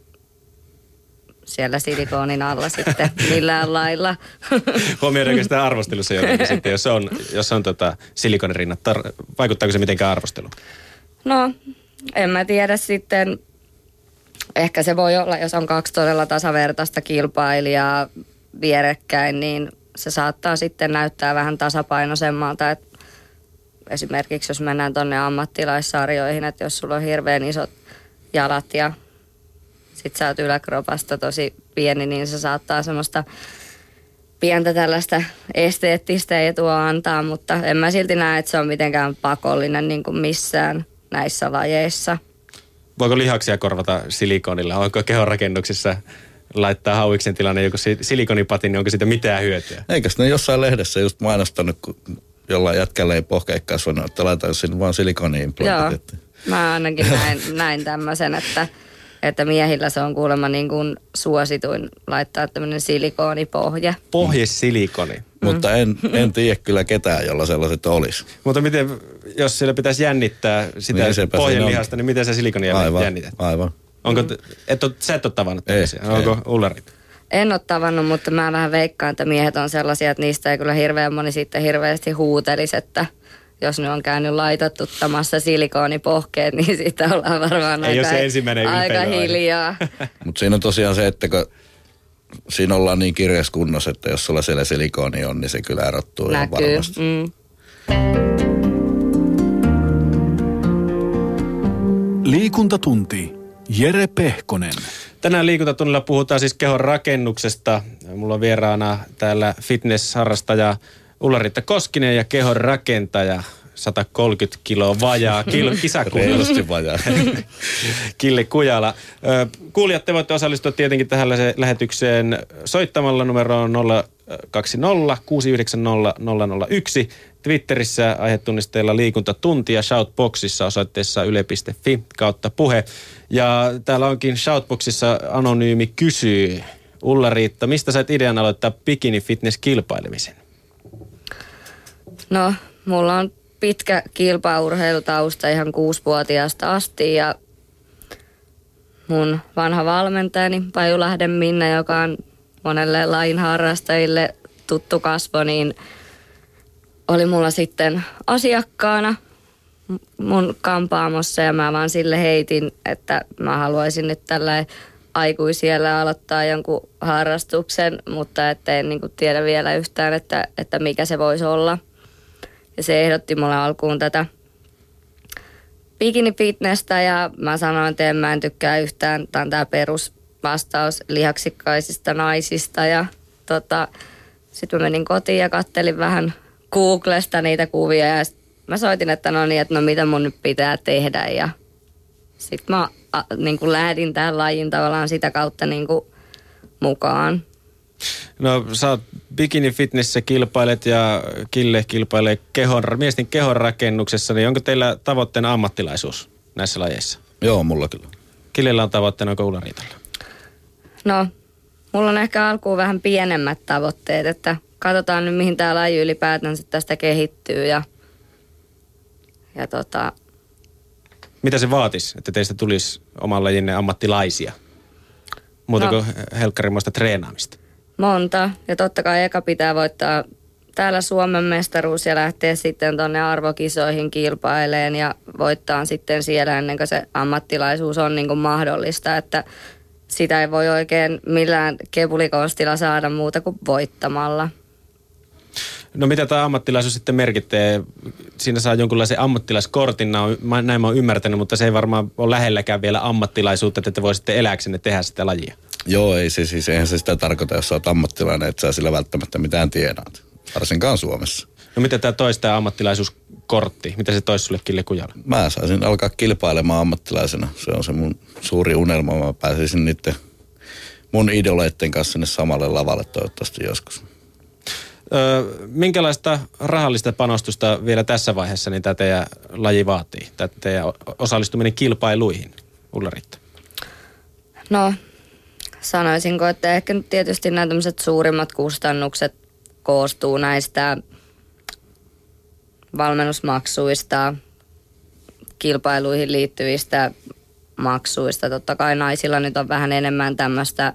silikoonin alla sitten millään lailla. Huomioidaanko sitä arvostelussa jotenkin sitten, jos on silikonirinnat, vaikuttaako se mitenkään arvosteluun? No, en mä tiedä sitten. Ehkä se voi olla, jos on 2 todella tasavertaista kilpailijaa vierekkäin, niin se saattaa sitten näyttää vähän tasapainoisemmalta. Et esimerkiksi jos mennään tuonne ammattilaissarjoihin, että jos sulla on hirveän isot jalat ja sit sä oot yläkropasta tosi pieni, niin se saattaa semmoista pientä tällaista esteettistä etua antaa, mutta en mä silti näe, että se on mitenkään pakollinen niin kuin missään näissä lajeissa. Voiko lihaksia korvata silikonilla? Onko kehonrakennuksessa laittaa hauiksen tilanne joku silikonipatin, niin onko siitä mitään hyötyä? Eikös ne jossain lehdessä just mainostanut, kun jollain jätkällä ei pohkeet kasvanut, että laitetaan sinne vaan silikoni-implantit. Joo, mä ainakin näin tämmöisen, että miehillä se on kuulemma niin kuin suosituin laittaa tämmöinen silikoonipohje. Pohjesilikoni. Mutta en tiedä kyllä ketään, jolla sellaiset olisi. Mutta miten, jos siellä pitäisi jännittää sitä niin pohjelihasta, niin miten se silikoni jännität? Aivan. Sä et ole tavannut tällaisia? Onko Ullari? En ole tavannut, mutta mä vähän veikkaan, että miehet on sellaisia, että niistä ei kyllä hirveän moni sitten hirveästi huutelisi, että jos ne on käynyt laitatuttamassa silikoonipohkeet, niin siitä ollaan varmaan aika hiljaa. Mutta siinä on tosiaan se, että kun siinä ollaan niin kirjas kunnossa, että jos sulla siellä silikooni on, niin se kyllä erottuu ihan varmasti. Liikuntatunti. Jere Pehkonen. Tänään liikuntatunnilla puhutaan siis kehon rakennuksesta. Mulla on vieraana täällä fitness-harrastaja Ulla-Riitta Koskinen ja kehon rakentaja 130 kiloa vajaa kisakunnossa. Reilusti vajaa. Kille Kujala. Kuulijat, te voitte osallistua tietenkin tähän lähetykseen soittamalla numeroon 020 690 001. Twitterissä aihetunnisteella liikuntatunti ja Shoutboxissa osoitteessa yle.fi/puhe. Ja täällä onkin Shoutboxissa anonyymi kysyy. Ulla-Riitta, mistä sait idean aloittaa bikini-fitness-kilpailemisen? No, mulla on pitkä kilpaurheilutausta ihan 6-vuotiaasta asti ja mun vanha valmentajani Pajulahden Minna, joka on monelle lajin harrastajille tuttu kasvo, niin oli mulla sitten asiakkaana mun kampaamossa ja mä vaan sille heitin, että mä haluaisin nyt tällä aikuisiellä aloittaa jonkun harrastuksen, mutta että en niin kuin tiedä vielä yhtään, että mikä se voisi olla. Ja se ehdotti mulle alkuun tätä bikini-fitnessä ja mä sanoin, että mä en tykkää yhtään. Tämä on tämä perusvastaus lihaksikkaisista naisista ja sitten mä menin kotiin ja kattelin vähän Googlesta niitä kuvia ja mä soitin, että no mitä mun nyt pitää tehdä ja sitten mä niin kuin lähdin tähän lajiin tavallaan sitä kautta niin kuin mukaan. No sä oot bikini-fitnessissä kilpailet ja Kille kilpailee miesten kehonrakennuksessa, niin onko teillä tavoitteena ammattilaisuus näissä lajeissa? Joo, mulla kyllä. Killellä on tavoitteena, onko Ulla-Riitalla? No, mulla on ehkä alkuun vähän pienemmät tavoitteet, että katsotaan nyt mihin tää laji ylipäätänsä tästä kehittyy ja mitä se vaatisi, että teistä tulisi oman lajinne ammattilaisia? Muuta kuin helkkarimoista treenaamista. Monta. Ja totta kai eka pitää voittaa täällä Suomen mestaruus ja lähteä sitten tonne arvokisoihin kilpaileen ja voittaa sitten siellä ennen kuin se ammattilaisuus on niin kuin mahdollista. Että sitä ei voi oikein millään kepulikonstilla saada muuta kuin voittamalla. No mitä tämä ammattilaisuus sitten merkitsee? Siinä saa jonkunlaisen ammattilaiskortin, näin mä oon ymmärtänyt, mutta se ei varmaan ole lähelläkään vielä ammattilaisuutta, että te voisitte elääksenne tehdä sitä lajia. Joo, eihän se sitä tarkoita, jos sä oot ammattilainen, että sä sillä välttämättä mitään tienaat. Varsinkaan Suomessa. No mitä tämä toista ammattilaisuuskortti? Mitä se toisi sulle Kille Kujala? Mä saisin alkaa kilpailemaan ammattilaisena. Se on se mun suuri unelma. Mä pääsisin niiden mun idoleiden kanssa sinne samalle lavalle toivottavasti joskus. Minkälaista rahallista panostusta vielä tässä vaiheessa niin tämä teidän laji vaatii? Tämä teidän osallistuminen kilpailuihin, Ulla-Riitta? No, sanoisinko, että ehkä nyt tietysti nämä tämmöiset suurimmat kustannukset koostuu näistä valmennusmaksuista, kilpailuihin liittyvistä maksuista. Totta kai naisilla nyt on vähän enemmän tämmöistä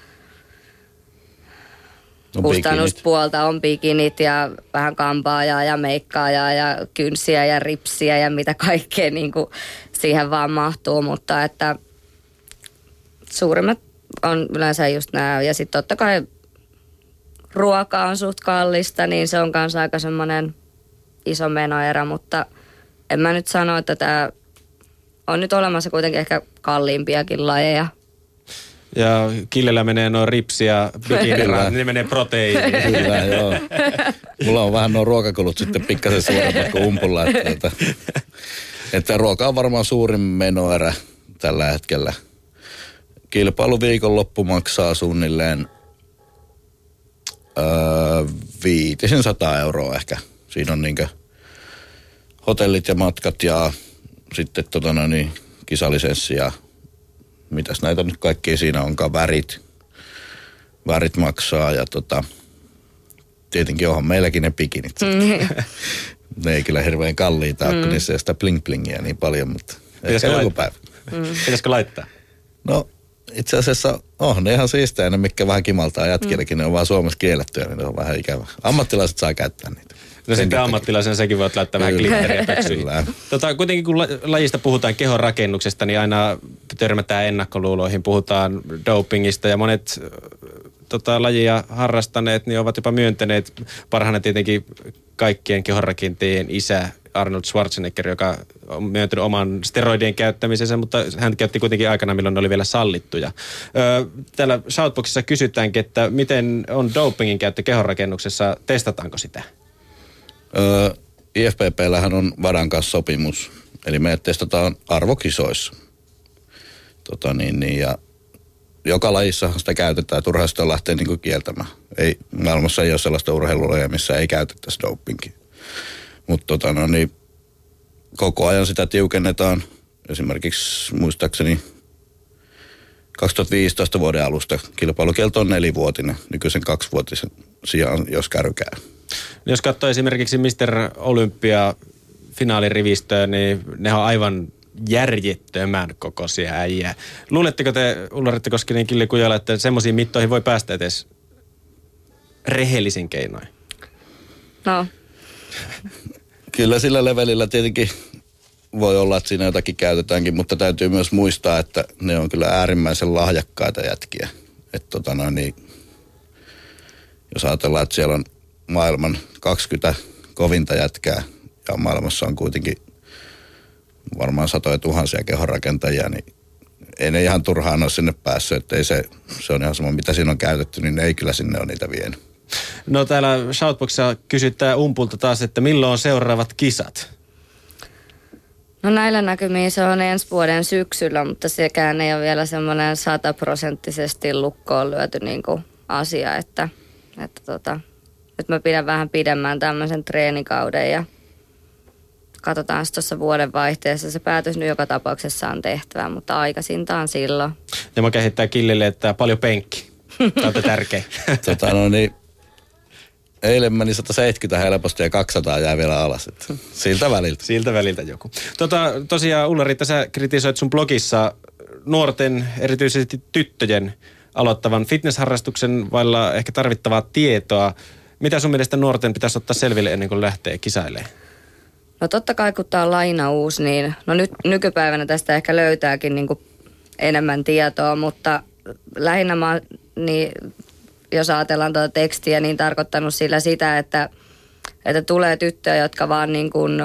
kustannuspuolta, on bikinit ja vähän kampaajaa ja meikkaajaa ja kynsiä ja ripsiä ja mitä kaikkea niin kuin siihen vaan mahtuu, mutta että suurimmat on yleensä just nämä. Ja sitten totta kai ruoka on suht kallista, niin se on kanssa aika semmoinen iso menoerä, mutta en mä nyt sano, että tämä on nyt olemassa kuitenkin ehkä kalliimpiakin lajeja. Ja Killellä menee noin ripsi ja bikinirahat, niin ne menee proteiiniin. Kyllä, joo. Mulla on vähän nuo ruokakulut sitten pikkasen suuremmat kuin umpulla. Että ruoka on varmaan suurin menoerä tällä hetkellä. Kilpailuviikonloppu maksaa suunnilleen 500 € ehkä. Siinä on niinkö hotellit ja matkat ja sitten kisalisenssi ja mitäs näitä nyt kaikkia siinä onkaan, värit maksaa ja tietenkin onhan meilläkin ne bikinit. Ne ei kyllä hirveän kalliita ole, kun niissä ei sitä bling-blingiä niin paljon, mutta ehkä joku päivä. Pitäisikö laittaa? No itse asiassa on ne ihan siistejä, ne mitkä vähän kimaltaa jätkillekin, ne on vaan Suomessa kiellettyä, niin ne on vähän ikävä. Ammattilaiset saa käyttää niitä. No sitten ammattilaisen säkin voit laittaa vähän glitteriä pöksyihin. Kuitenkin kun lajista puhutaan kehonrakennuksesta, niin aina törmätään ennakkoluuloihin. Puhutaan dopingista ja monet lajia harrastaneet niin ovat jopa myöntäneet parhaana tietenkin kaikkien kehonrakentajien isä Arnold Schwarzenegger, joka on myöntänyt oman steroidien käyttämisensä, mutta hän käytti kuitenkin aikana, milloin ne oli vielä sallittuja. Täällä Shoutboxissa kysytäänkin, että miten on dopingin käyttö kehonrakennuksessa, testataanko sitä? IFBB:llähän on VADAN kanssa sopimus, eli me testataan arvokisoissa. Ja joka lajissahan sitä käytetään, turhaa sitä lähtee niin kieltämään. Maailmassa ei ole sellaista urheilulajia, missä ei käytettäisi dopingia. Mutta koko ajan sitä tiukennetaan. Esimerkiksi muistaakseni 2015 vuoden alusta kilpailukielto on 4-vuotinen, nykyisen 2-vuotisen sijaan, jos kärkää. Jos katsoo esimerkiksi Mr. Olympia finaalirivistöä, niin ne on aivan järjettömän kokoisia äijää. Luuletteko te, Ulla-Riitta Koskinen, Kille Kujala, että semmoisiin mittoihin voi päästä edes rehellisin keinoin? No. Kyllä sillä levelillä tietenkin voi olla, että siinä jotakin käytetäänkin, mutta täytyy myös muistaa, että ne on kyllä äärimmäisen lahjakkaita jätkiä. Että jos ajatellaan, että siellä on maailman 20 kovinta jätkää ja maailmassa on kuitenkin varmaan satoja tuhansia kehonrakentajia, niin ei ne ihan turhaan ole sinne päässyt, että ei se on ihan sama, mitä siinä on käytetty, niin ne ei kyllä sinne ole niitä vienyt. No täällä Shoutboxissa kysytään Umpulta taas, että milloin on seuraavat kisat? No näillä näkymiin se on ensi vuoden syksyllä, mutta sekään ei ole vielä semmoinen 100% lukkoon lyöty niin kuin asia, että nyt mä pidän vähän pidemmän tämmöisen treenikauden ja katsotaan tuossa vuoden vaihteessa. Se päätös nyt joka tapauksessa on tehtävä, mutta aikaisintaan silloin. Ja mä kehittää Killelle, että paljon penkki. Tämä on tärkeä. Eilen meni 170 helposti ja 200 jää vielä alas. Siltä väliltä. Siltä väliltä joku. Tosiaan Ulla-Riitta, sä kritisoit sun blogissa nuorten, erityisesti tyttöjen aloittavan fitnessharrastuksen vailla ehkä tarvittavaa tietoa. Mitä sun mielestä nuorten pitäisi ottaa selville ennen kuin lähtee kisailemaan? No totta kai kun tää on laina uusi, niin nyt nykypäivänä tästä ehkä löytääkin niin kuin enemmän tietoa, mutta lähinnä mä niin, jos ajatellaan tuota tekstiä, niin tarkoittanut sillä sitä, että tulee tyttöjä, jotka vaan niin kuin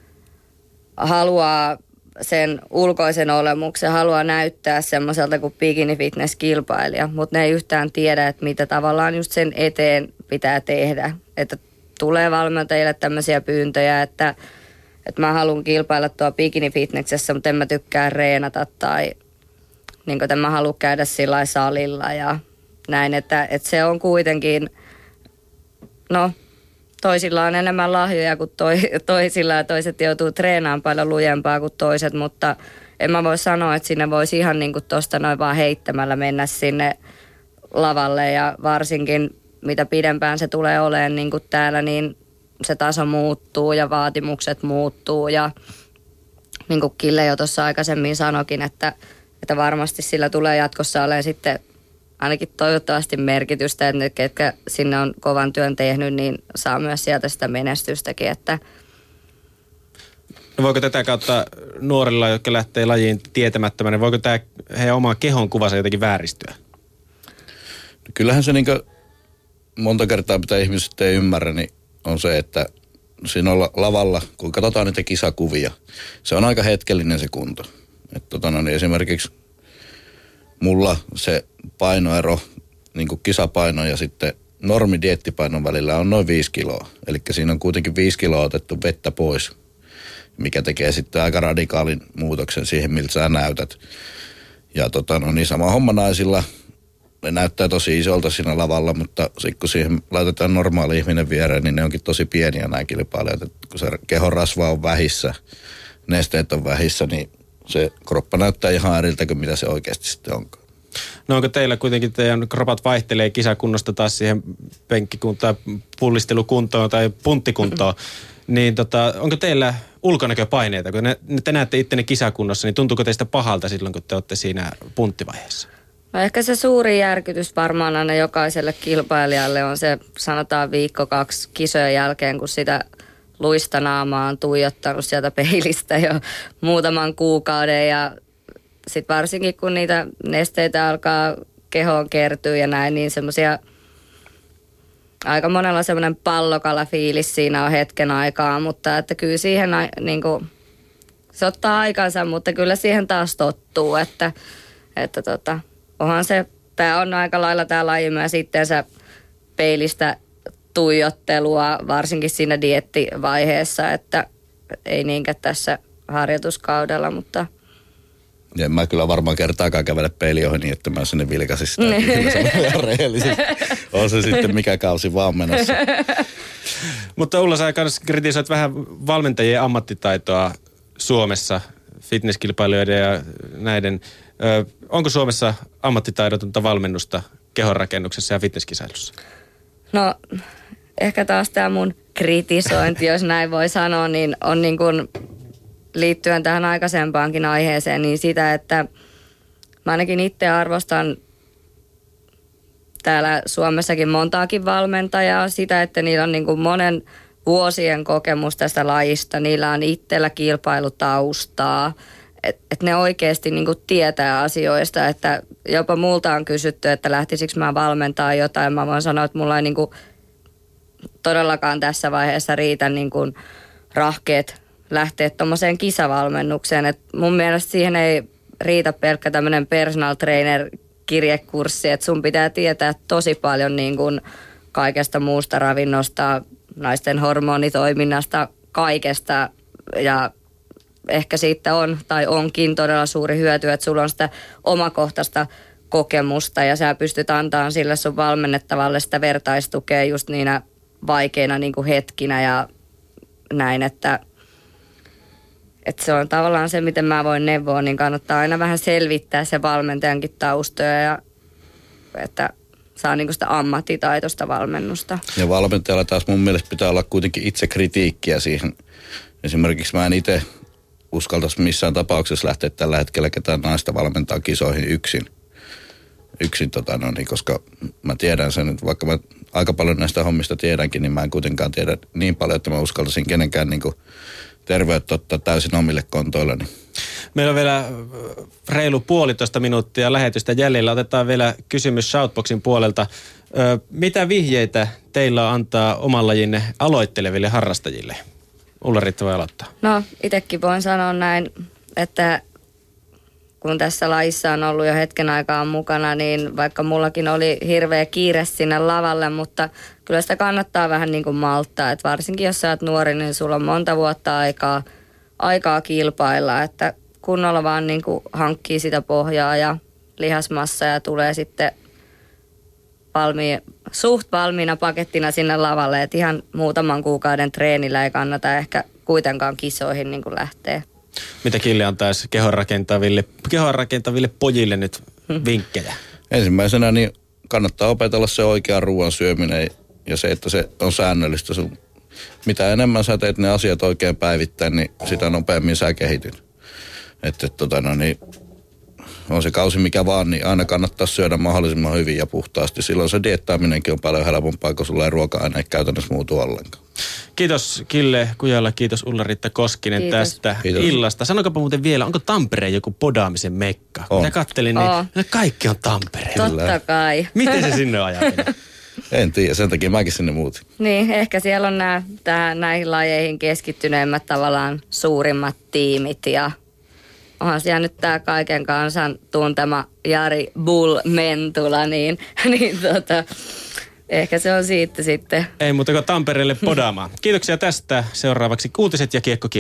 haluaa sen ulkoisen olemuksen, haluaa näyttää semmoiselta kuin bikini-fitness-kilpailija, mutta ne ei yhtään tiedä, että mitä tavallaan just sen eteen pitää tehdä. Että tulee valmentajille tämmöisiä pyyntöjä, että mä haluan kilpailla tuo bikini-fitnessessä, mutta en mä tykkää reenata tai niin kuin, mä haluan käydä sillä salilla ja näin, että se on kuitenkin, no toisilla on enemmän lahjoja kuin toisilla ja toiset joutuu treenaamaan paljon lujempaa kuin toiset, mutta en mä voi sanoa, että sinne voisi ihan niin kuin tuosta noin vaan heittämällä mennä sinne lavalle ja varsinkin mitä pidempään se tulee olemaan niin kuin täällä, niin se taso muuttuu ja vaatimukset muuttuu ja niin kuin Kille jo tuossa aikaisemmin sanoikin, että varmasti sillä tulee jatkossa olemaan sitten ainakin toivottavasti merkitystä, että ne, ketkä sinne on kovan työn tehnyt, niin saa myös sieltä sitä menestystäkin. Että no voiko tätä kautta nuorilla, jotka lähtee lajiin tietämättömänä, voiko tämä heidän oma kehon kuvansa jotenkin vääristyä? Kyllähän se niin monta kertaa, mitä ihmiset ei ymmärrä, niin on se, että siinä lavalla, kun katsotaan niitä kisakuvia, se on aika hetkellinen se kunto. Että niin esimerkiksi mulla se painoero, niin kuin kisapaino ja sitten normidieettipainon välillä on noin 5 kiloa. Eli siinä on kuitenkin 5 kiloa otettu vettä pois, mikä tekee sitten aika radikaalin muutoksen siihen, miltä sä näytät. Ja niin sama homma naisilla. Ne näyttää tosi isolta siinä lavalla, mutta sitten kun siihen laitetaan normaali ihminen viereen, niin ne onkin tosi pieniä nämä kilpailijat. Kun se kehon rasva on vähissä, nesteet on vähissä, niin se kroppa näyttää ihan eriltä kuin mitä se oikeasti sitten onkaan. No onko teillä kuitenkin teidän kropat vaihtelee kisakunnosta taas siihen penkkikuntaan, pullistelukuntoon tai punttikuntoon, niin onko teillä ulkonäköpaineita? Kun te näette ittenne kisakunnossa, niin tuntuuko teistä pahalta silloin, kun te olette siinä punttivaiheessa? No ehkä se suuri järkytys varmaan aina jokaiselle kilpailijalle on se, sanotaan 1-2 kisojen jälkeen, kun sitä luista naamaa on tuijottanut sieltä peilistä jo muutaman kuukauden ja sitten varsinkin kun niitä nesteitä alkaa kehoon kertyä ja näin, niin semmoisia aika monella semmoinen pallokala-fiilis siinä on hetken aikaa, mutta että kyllä siihen niin kuin, se ottaa aikansa, mutta kyllä siihen taas tottuu, että onhan se, tämä on aika lailla tämä laji myös itteensä peilistä tuijottelua, varsinkin siinä dieettivaiheessa, että ei niinkään tässä harjoituskaudella, mutta ja mä kyllä varmaan kertaakaan kävele peili ohi niin, että mä sinne vilkaisin sitä. Kyllä se on ihan rehellisesti. On se sitten mikä kausi vaan menossa. Mutta Ulla, sä kanssa kritisoit vähän valmentajien ammattitaitoa Suomessa, fitnesskilpailijoiden ja näiden. Onko Suomessa ammattitaidotonta valmennusta kehonrakennuksessa ja fitnesskisailussa? No ehkä taas tämä mun kritisointi, jos näin voi sanoa, niin on niin kuin liittyen tähän aikaisempaankin aiheeseen, niin sitä, että mä ainakin itse arvostan täällä Suomessakin montaakin valmentajaa, sitä, että niillä on niin kuin monen vuosien kokemus tästä lajista, niillä on itsellä kilpailutaustaa, että ne oikeasti niin kuin tietää asioista, että jopa multa on kysytty, että lähtisikö mä valmentaa jotain, mä voin sanoa, että mulla ei niin kuin todellakaan tässä vaiheessa riitä niin kuin rahkeet lähteä tuommoiseen kisavalmennukseen. Et mun mielestä siihen ei riitä pelkkä tämmöinen personal trainer kirjekurssi, että sun pitää tietää tosi paljon niin kuin kaikesta muusta ravinnosta, naisten hormonitoiminnasta, kaikesta ja ehkä siitä on tai onkin todella suuri hyöty, että sulla on sitä omakohtaista kokemusta ja sä pystyt antamaan sille sun valmennettavalle sitä vertaistukea just niinä vaikeina niin kuin hetkinä ja näin, että se on tavallaan se, miten mä voin neuvoa, niin kannattaa aina vähän selvittää se valmentajankin taustoja ja että saa niinku sitä ammattitaitoista valmennusta. Ja valmentajalla taas mun mielestä pitää olla kuitenkin itse kritiikkiä siihen. Esimerkiksi mä en itse uskaltaisi missään tapauksessa lähteä tällä hetkellä ketään naista valmentaa kisoihin yksin koska mä tiedän sen, että vaikka mä aika paljon näistä hommista tiedänkin, niin mä en kuitenkaan tiedä niin paljon, että mä uskaltaisin kenenkään niin kuin terveyttä ottaa täysin omille kontoilleni. Meillä on vielä reilu 1,5 minuuttia lähetystä jäljellä. Otetaan vielä kysymys Shoutboxin puolelta. Mitä vihjeitä teillä on antaa oman lajinne aloitteleville harrastajille? Ulla-Riitta voi aloittaa. No, itsekin voin sanoa näin, että kun tässä lajissa on ollut jo hetken aikaa mukana, niin vaikka mullakin oli hirveä kiire sinne lavalle, mutta kyllä sitä kannattaa vähän niin kuin malttaa. Että varsinkin jos sä oot nuori, niin sulla on monta vuotta aikaa kilpailla, että kunnolla vaan niin kuin hankkii sitä pohjaa ja lihasmassaa ja tulee sitten suht valmiina pakettina sinne lavalle, että ihan muutaman kuukauden treenillä ei kannata ehkä kuitenkaan kisoihin niin kuin lähteä. Mitä Kille antaisi kehonrakentaville pojille nyt vinkkejä? Ensimmäisenä niin kannattaa opetella se oikean ruoan syöminen ja se, että se on säännöllistä. Mitä enemmän sä teet ne asiat oikein päivittäin, niin sitä nopeammin sä kehityt. Että on se kausi mikä vaan, niin aina kannattaa syödä mahdollisimman hyvin ja puhtaasti. Silloin se dieettaaminenkin on paljon helpompaa, kun sulla ei ruoka-aine käytännössä muutu ollenkaan. Kiitos Kille Kujala, kiitos Ulla-Riitta Koskinen tästä illasta. Sanokapa muuten vielä, onko Tampere joku podaamisen mekka? On. Minä kattelin, niin kaikki on Tampereella. Totta kai. Miten se sinne on ajatellut? En tiedä, sen takia mäkin sinne muutin. Niin, ehkä siellä on näihin lajeihin keskittyneimmät tavallaan suurimmat tiimit ja onhan siellä nyt tämä kaiken kansan tuntema Jari Bull Mentula, niin ehkä se on siitä sitten. Ei muuta kuin Tampereelle podaamaan. Kiitoksia tästä. Seuraavaksi uutiset ja Kiekko